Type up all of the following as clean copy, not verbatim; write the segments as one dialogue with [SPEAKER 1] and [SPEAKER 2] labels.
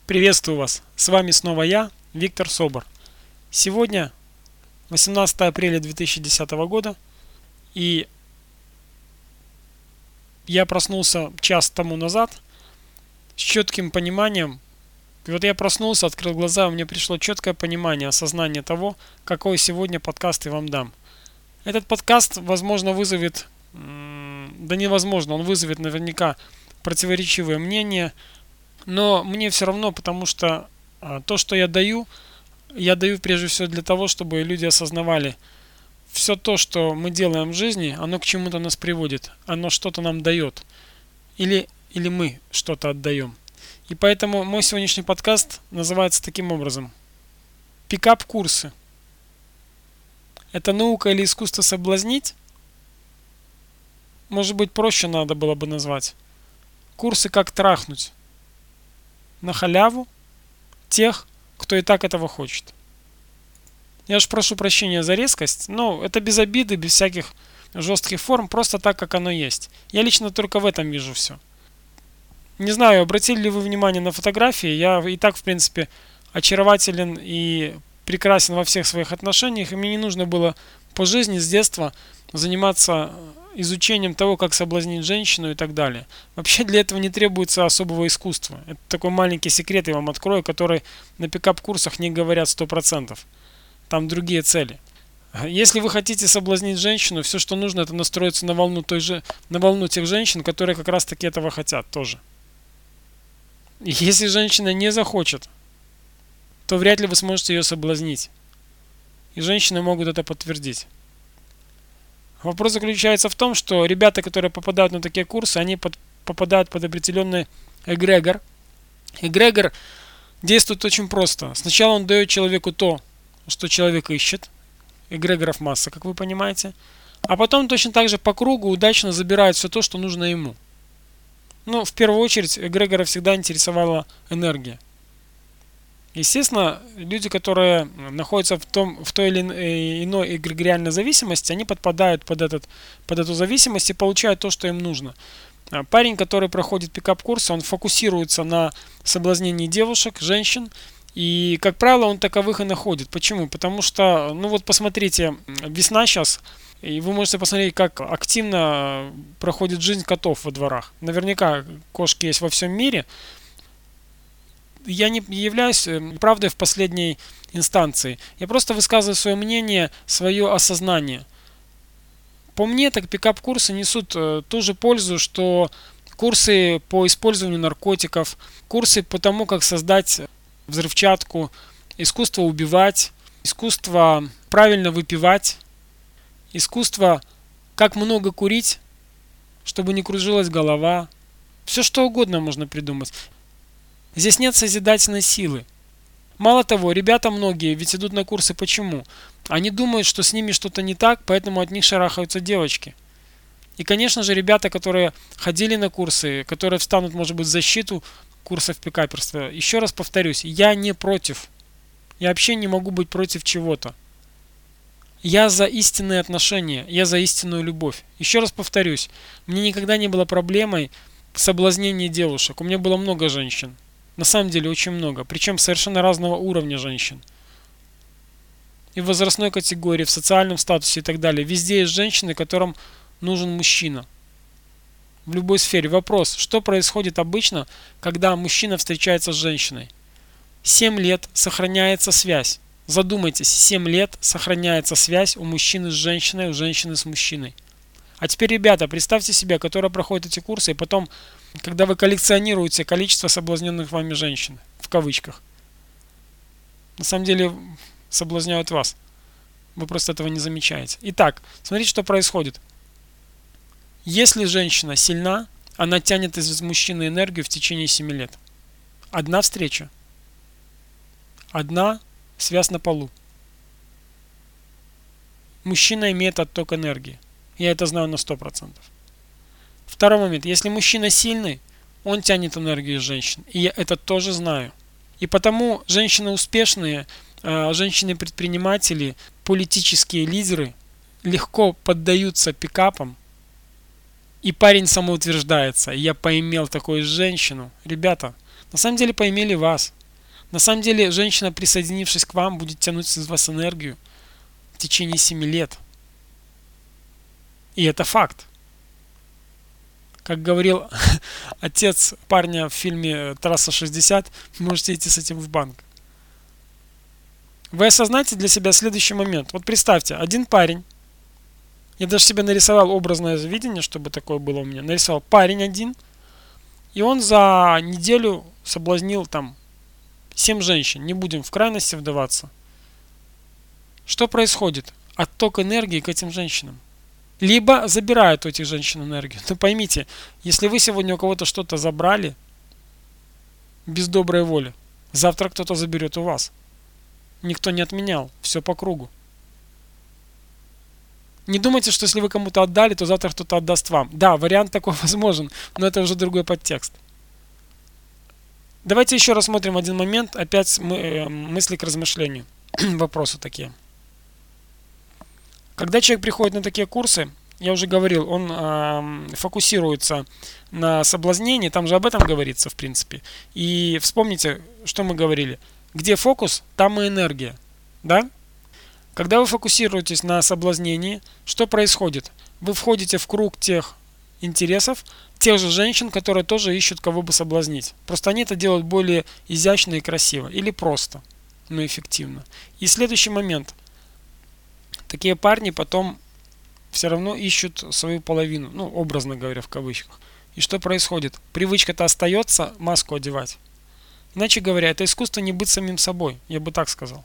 [SPEAKER 1] Приветствую вас! С вами снова я, Виктор Собор. Сегодня 18 апреля 2010 года, и я проснулся час тому назад с четким пониманием. И вот я проснулся, открыл глаза, у меня пришло четкое понимание, осознание того, какой сегодня подкаст я вам дам. Этот подкаст, возможно, вызовет, да невозможно, он вызовет наверняка противоречивые мнения, но мне все равно, потому что то, что я даю прежде всего для того, чтобы люди осознавали, все то, что мы делаем в жизни, оно к чему-то нас приводит, оно что-то нам дает, или мы что-то отдаем. И поэтому мой сегодняшний подкаст называется таким образом: пикап-курсы. Это наука или искусство соблазнить? Может быть, проще надо было бы назвать. Курсы «Как трахнуть» на халяву тех, кто и так этого хочет. Я уж прошу прощения за резкость, но это без обиды, без всяких жестких форм, просто так, как оно есть. Я лично только в этом вижу все. Не знаю, обратили ли вы внимание на фотографии, я и так, в принципе, очарователен и прекрасен во всех своих отношениях, и мне не нужно было по жизни с детства заниматься изучением того, как соблазнить женщину и так далее. Вообще для этого не требуется особого искусства. Это такой маленький секрет я вам открою, который на пикап-курсах не говорят 100%. Там другие цели. Если вы хотите соблазнить женщину, все, что нужно, это настроиться на волну тех женщин, которые как раз таки этого хотят тоже. И если женщина не захочет, то вряд ли вы сможете ее соблазнить. И женщины могут это подтвердить. Вопрос заключается в том, что ребята, которые попадают на такие курсы, они попадают под определенный эгрегор. Эгрегор действует очень просто. Сначала он дает человеку то, что человек ищет. Эгрегоров масса, как вы понимаете. А потом точно так же по кругу удачно забирает все то, что нужно ему. Но в первую очередь эгрегора всегда интересовала энергия. Естественно, люди, которые находятся в той или иной эгрегориальной зависимости, они подпадают под эту зависимость и получают то, что им нужно. Парень, который проходит пикап-курсы, он фокусируется на соблазнении девушек, женщин, и, как правило, он таковых и находит. Почему? Потому что, посмотрите, весна сейчас, и вы можете посмотреть, как активно проходит жизнь котов во дворах. Наверняка кошки есть во всем мире. Я не являюсь правдой в последней инстанции. Я просто высказываю свое мнение, свое осознание. По мне, так пикап-курсы несут ту же пользу, что курсы по использованию наркотиков, курсы по тому, как создать взрывчатку, искусство убивать, искусство правильно выпивать, искусство как много курить, чтобы не кружилась голова. Все что угодно можно придумать. Здесь нет созидательной силы. Мало того, ребята многие ведь идут на курсы почему? Они думают, что с ними что-то не так, поэтому от них шарахаются девочки. И, конечно же, ребята, которые ходили на курсы, которые встанут, может быть, в защиту курсов пикаперства, еще раз повторюсь, я не против. Я вообще не могу быть против чего-то. Я за истинные отношения, я за истинную любовь. Еще раз повторюсь, мне никогда не было проблемой соблазнения девушек. У меня было много женщин. На самом деле очень много. Причем совершенно разного уровня женщин. И в возрастной категории, в социальном статусе и так далее. Везде есть женщины, которым нужен мужчина. В любой сфере. Вопрос, что происходит обычно, когда мужчина встречается с женщиной? 7 лет сохраняется связь. Задумайтесь, 7 лет сохраняется связь у мужчины с женщиной, у женщины с мужчиной. А теперь, ребята, представьте себе, которые проходят эти курсы, и потом, когда вы коллекционируете количество соблазненных вами женщин, в кавычках, на самом деле соблазняют вас. Вы просто этого не замечаете. Итак, смотрите, что происходит. Если женщина сильна, она тянет из мужчины энергию в течение 7 лет. Одна встреча. Одна связь на полу. Мужчина имеет отток энергии. Я это знаю на 100%. Второй момент. Если мужчина сильный, он тянет энергию из женщин. И я это тоже знаю. И потому женщины успешные, женщины-предприниматели, политические лидеры легко поддаются пикапам. И парень самоутверждается. Я поимел такую женщину. Ребята, На самом деле поимели вас. На самом деле женщина, присоединившись к вам, будет тянуть из вас энергию в течение 7 лет. И это факт. Как говорил отец парня в фильме «Трасса 60», можете идти с этим в банк. Вы осознаете для себя следующий момент. Вот представьте, один парень, я даже себе нарисовал образное видение, чтобы такое было у меня. Нарисовал парень один, и он за неделю соблазнил там 7 женщин. Не будем в крайности вдаваться. Что происходит? Отток энергии к этим женщинам. Либо забирают у этих женщин энергию. Но поймите, если вы сегодня у кого-то что-то забрали без доброй воли, завтра кто-то заберет у вас. Никто не отменял. Все по кругу. Не думайте, что если вы кому-то отдали, то завтра кто-то отдаст вам. Да, вариант такой возможен, но это уже другой подтекст. Давайте еще рассмотрим один момент. Опять мысли к размышлению. Вопросы такие. Когда человек приходит на такие курсы, я уже говорил, он фокусируется на соблазнении, там же об этом говорится в принципе. И вспомните, что мы говорили. Где фокус, там и энергия. Да? Когда вы фокусируетесь на соблазнении, что происходит? Вы входите в круг тех интересов, тех же женщин, которые тоже ищут кого бы соблазнить. Просто они это делают более изящно и красиво. Или просто, но эффективно. И следующий момент. Такие парни потом все равно ищут свою половину, ну, образно говоря, в кавычках. И что происходит? Привычка-то остается маску одевать. Иначе говоря, это искусство не быть самим собой, я бы так сказал.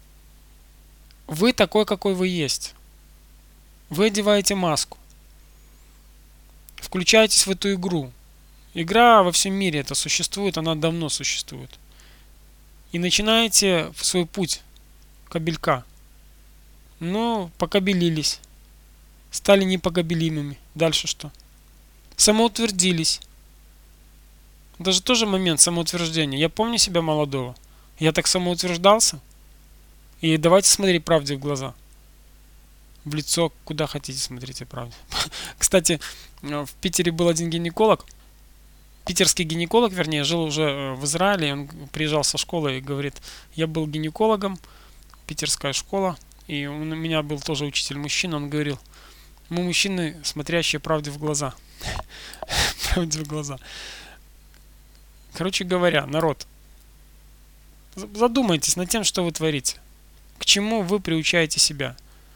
[SPEAKER 1] Вы такой, какой вы есть. Вы одеваете маску. Включаетесь в эту игру. Игра во всем мире это существует, она давно существует. И начинаете в свой путь кабелька. Ну, покабелились. Стали непокабелимыми. Дальше что? Самоутвердились. Это же тоже момент самоутверждения. Я помню себя молодого. Я так самоутверждался. И давайте смотреть правде в глаза. В лицо, куда хотите, смотрите правде. Кстати, в Питере был один гинеколог. Питерский гинеколог, вернее, жил уже в Израиле. Он приезжал со школы и говорит, я был гинекологом, питерская школа. И у меня был тоже учитель мужчина. Он говорил, мы мужчины, смотрящие правде в глаза. Правде в глаза. Короче говоря, народ, задумайтесь над тем, что вы творите. К чему вы приучаете себя?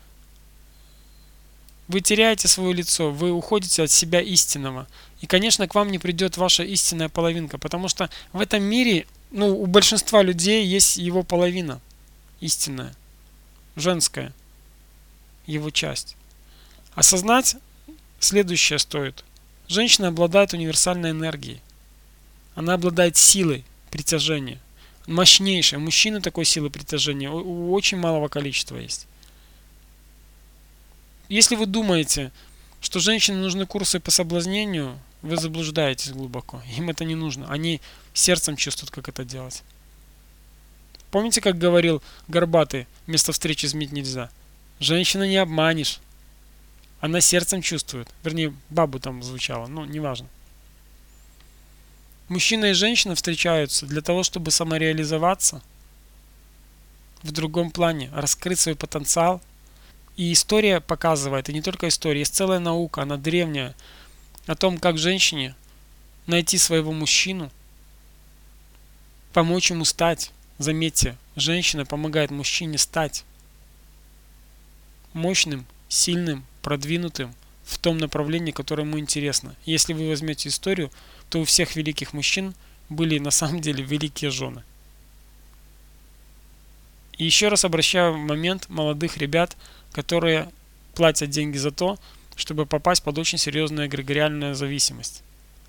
[SPEAKER 1] Вы теряете свое лицо, вы уходите от себя истинного. И, конечно, к вам не придет ваша истинная половинка, потому что в этом мире, ну, у большинства людей есть его половина истинная, женская, его часть. Осознать следующее стоит. Женщина обладает универсальной энергией. Она обладает силой притяжения. Мощнейшей. Мужчины такой силы притяжения у очень малого количества есть. Если вы думаете, что женщинам нужны курсы по соблазнению, вы заблуждаетесь глубоко. Им это не нужно. Они сердцем чувствуют, как это делать. Помните, как говорил Горбатый, место встречи изменить нельзя? Женщину не обманешь. Она сердцем чувствует. Вернее, бабу там звучало, но неважно. Мужчина и женщина встречаются для того, чтобы самореализоваться в другом плане, раскрыть свой потенциал. И история показывает, и не только история, есть целая наука, она древняя, о том, как женщине найти своего мужчину, помочь ему стать. Заметьте, женщина помогает мужчине стать мощным, сильным, продвинутым в том направлении, которое ему интересно. Если вы возьмете историю, то у всех великих мужчин были на самом деле великие жены. И еще раз обращаю момент молодых ребят, которые платят деньги за то, чтобы попасть под очень серьезную эгрегориальную зависимость.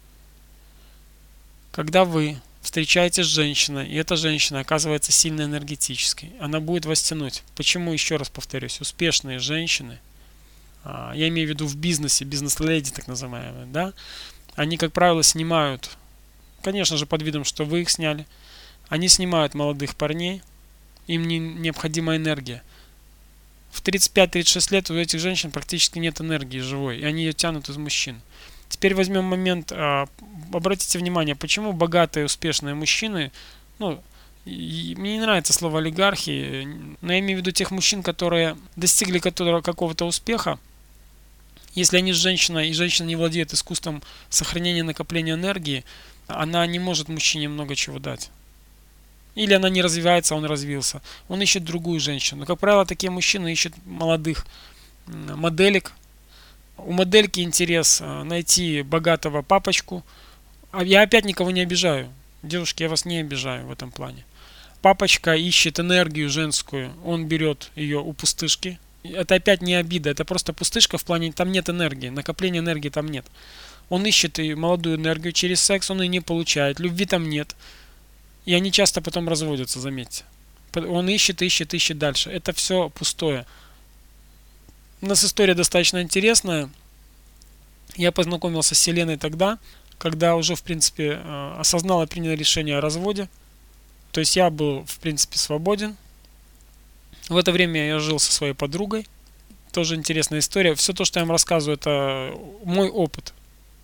[SPEAKER 1] Когда вы встречаетесь с женщиной, и эта женщина оказывается сильно энергетической, она будет вас тянуть. Почему, еще раз повторюсь, успешные женщины, я имею в виду в бизнесе, бизнес-леди так называемые, да, они, как правило, снимают, конечно же, под видом, что вы их сняли, они снимают молодых парней, им необходима энергия. В 35-36 лет у этих женщин практически нет энергии живой, и они ее тянут из мужчин. Теперь возьмем момент, обратите внимание, почему богатые, успешные мужчины, ну, мне не нравится слово олигархи, но я имею в виду тех мужчин, которые достигли какого-то успеха. Если они с женщиной, и женщина не владеет искусством сохранения и накопления энергии, она не может мужчине много чего дать. Или она не развивается, а он развился. Он ищет другую женщину. Но, как правило, такие мужчины ищут молодых моделек. У модельки интерес найти богатого папочку. Я опять никого не обижаю. Девушки, я вас не обижаю в этом плане. Папочка ищет энергию женскую, он берет ее у пустышки. Это опять не обида, это просто пустышка в плане, там нет энергии, накопления энергии там нет. Он ищет и молодую энергию через секс, он ее не получает, любви там нет. И они часто потом разводятся, заметьте. Он ищет, ищет, ищет дальше. Это все пустое. У нас история достаточно интересная. Я познакомился с Еленой тогда, когда уже, в принципе, осознал и принял решение о разводе. То есть я был, в принципе, свободен. В это время я жил со своей подругой. Тоже интересная история. Все то, что я вам рассказываю, это мой опыт.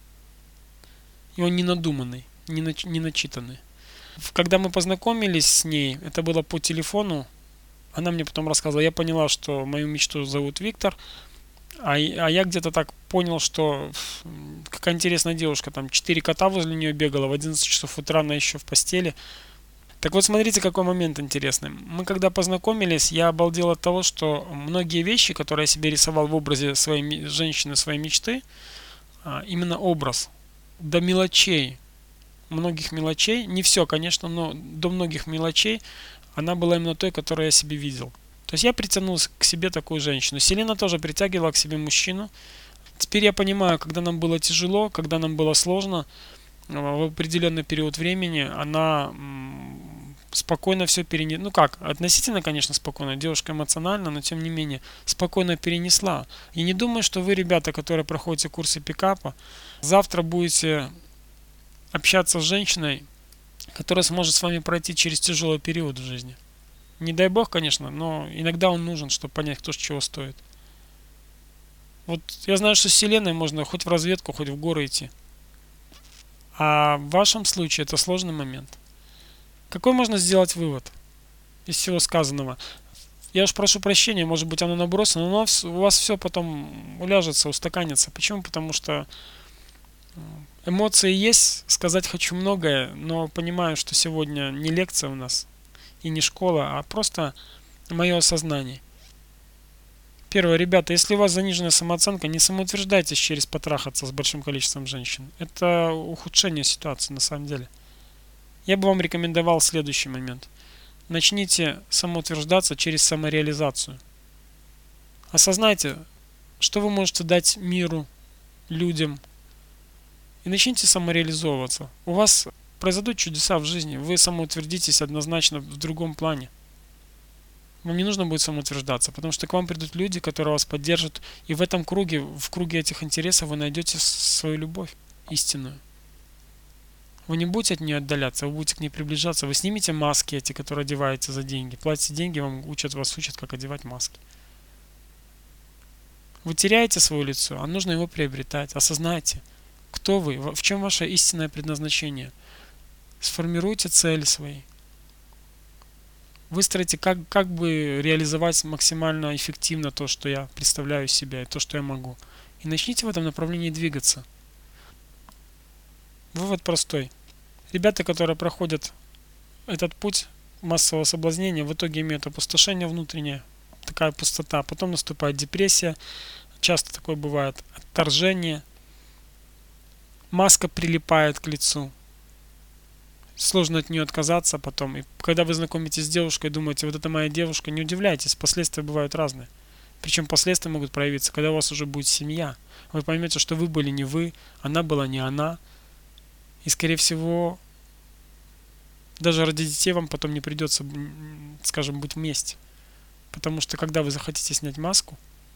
[SPEAKER 1] И он не надуманный, не начитанный. Когда мы познакомились с ней, это было по телефону, она мне потом рассказывала, я поняла, что мою мечту зовут Виктор, а я где-то так понял, что какая интересная девушка, там 4 кота возле нее бегала, в 11 часов утра она еще в постели. Так вот, смотрите, какой момент интересный. Мы когда познакомились, я обалдел от того, что многие вещи, которые я себе рисовал в образе своей женщины, своей мечты, именно образ, до мелочей, многих мелочей, не все, конечно, но до многих мелочей, она была именно той, которую я себе видел. То есть я притянул к себе такую женщину. Селена тоже притягивала к себе мужчину. Теперь я понимаю, когда нам было тяжело, когда нам было сложно, в определенный период времени она спокойно все перенесла. Ну как, относительно, конечно, спокойно. Девушка эмоциональна, но тем не менее спокойно перенесла. И не думаю, что вы, ребята, которые проходите курсы пикапа, завтра будете общаться с женщиной, которая сможет с вами пройти через тяжелый период в жизни. Не дай бог, конечно, но иногда он нужен, чтобы понять, кто с чего стоит. Вот я знаю, что с Вселенной можно хоть в разведку, хоть в горы идти. А в вашем случае это сложный момент. Какой можно сделать вывод из всего сказанного? Я уж прошу прощения, может быть оно набросано, но у вас все потом уляжется, устаканится. Почему? Потому что эмоции есть, сказать хочу многое, но понимаю, что сегодня не лекция у нас и не школа, а просто мое осознание. Первое, ребята, если у вас заниженная самооценка, не самоутверждайтесь через потрахаться с большим количеством женщин. Это ухудшение ситуации на самом деле. Я бы вам рекомендовал следующий момент. Начните самоутверждаться через самореализацию. Осознайте, что вы можете дать миру, людям, и начните самореализовываться. У вас произойдут чудеса в жизни, вы самоутвердитесь однозначно в другом плане. Вам не нужно будет самоутверждаться, потому что к вам придут люди, которые вас поддержат, и в этом круге, в круге этих интересов вы найдете свою любовь истинную. Вы не будете от нее отдаляться, вы будете к ней приближаться, вы снимете маски эти, которые одеваете за деньги, платите деньги, вас учат, как одевать маски. Вы теряете свое лицо, а нужно его приобретать. Осознайте, кто вы, в чем ваше истинное предназначение. Сформируйте цели свои. Выстроите, как бы реализовать максимально эффективно то, что я представляю из себя, и то, что я могу. И начните в этом направлении двигаться. Вывод простой. Ребята, которые проходят этот путь массового соблазнения, в итоге имеют опустошение внутреннее, такая пустота. Потом наступает депрессия, часто такое бывает, отторжение. Маска прилипает к лицу. Сложно от нее отказаться потом. И когда вы знакомитесь с девушкой, думаете, вот это моя девушка, не удивляйтесь, последствия бывают разные. Причем последствия могут проявиться, когда у вас уже будет семья. Вы поймете, что вы были не вы, она была не она. И, скорее всего, даже ради детей вам потом не придется, скажем, быть вместе. Потому что, когда вы захотите снять маску,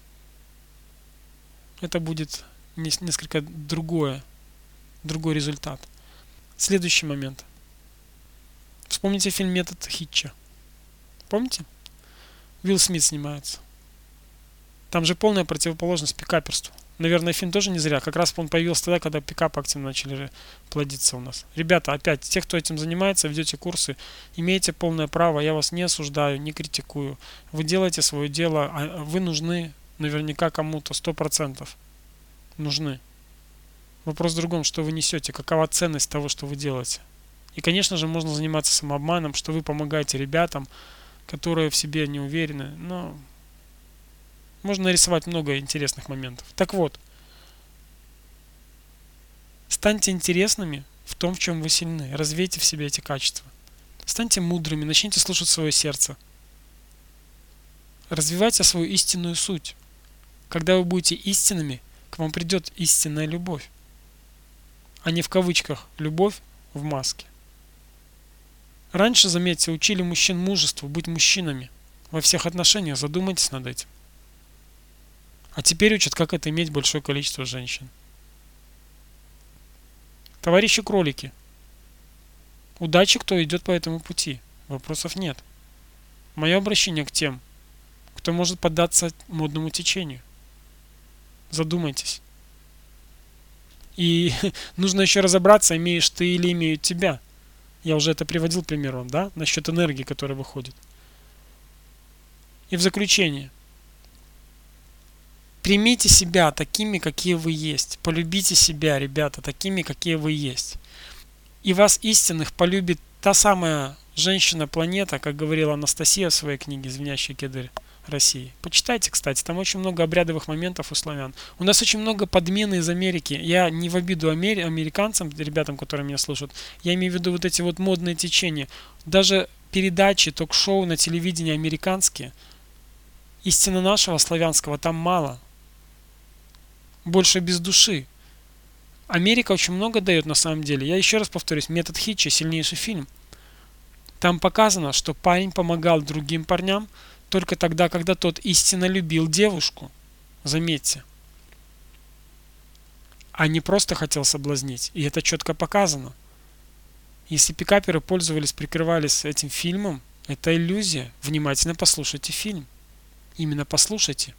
[SPEAKER 1] это будет несколько другой результат. Следующий момент. Вспомните фильм «Метод Хитча». Помните? Уилл Смит снимается. Там же полная противоположность пикаперству. Наверное, фильм тоже не зря. Как раз он появился тогда, когда пикапы активно начали плодиться у нас. Ребята, опять, те, кто этим занимается, ведете курсы, имеете полное право. Я вас не осуждаю, не критикую. Вы делаете свое дело, вы нужны наверняка кому-то 100%. Нужны. Вопрос в другом, что вы несете, какова ценность того, что вы делаете. И, конечно же, можно заниматься самообманом, что вы помогаете ребятам, которые в себе не уверены, но можно нарисовать много интересных моментов. Так вот, станьте интересными в том, в чем вы сильны. Развейте в себе эти качества. Станьте мудрыми, начните слушать свое сердце. Развивайте свою истинную суть. Когда вы будете истинными, к вам придет истинная любовь. А не в кавычках любовь в маске. Раньше, заметьте, учили мужчин мужеству, быть мужчинами. Во всех отношениях задумайтесь над этим. А теперь учат, как это иметь большое количество женщин. Товарищи кролики, удачи, кто идет по этому пути. Вопросов нет. Мое обращение к тем, кто может поддаться модному течению. Задумайтесь. И нужно еще разобраться, имеешь ты или имеют тебя. Я уже это приводил пример вам, да? Насчет энергии, которая выходит. И в заключение. Примите себя такими, какие вы есть. Полюбите себя, ребята, такими, какие вы есть. И вас истинных полюбит та самая женщина-планета, как говорила Анастасия в своей книге «Звенящий кедр России». Почитайте, кстати, там очень много обрядовых моментов у славян. У нас очень много подмены из Америки. Я не в обиду американцам, ребятам, которые меня слушают. Я имею в виду вот эти вот модные течения. Даже передачи, ток-шоу на телевидении американские. Истинно нашего славянского там мало. Больше без души. Америка очень много дает на самом деле. Я еще раз повторюсь, «Метод Хитча» — сильнейший фильм. Там показано, что парень помогал другим парням только тогда, когда тот истинно любил девушку. Заметьте. А не просто хотел соблазнить. И это четко показано. Если пикаперы пользовались, прикрывались этим фильмом, это иллюзия. Внимательно послушайте фильм. Именно послушайте.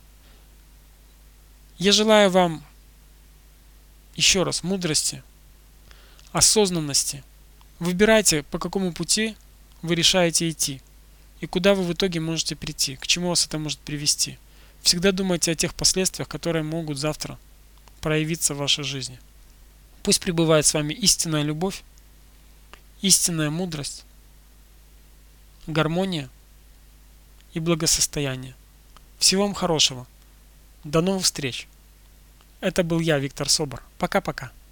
[SPEAKER 1] Я желаю вам еще раз мудрости, осознанности. Выбирайте, по какому пути вы решаете идти. И куда вы в итоге можете прийти, к чему вас это может привести. Всегда думайте о тех последствиях, которые могут завтра проявиться в вашей жизни. Пусть пребывает с вами истинная любовь, истинная мудрость, гармония и благосостояние. Всего вам хорошего. До новых встреч. Это был я, Виктор Собор. Пока-пока.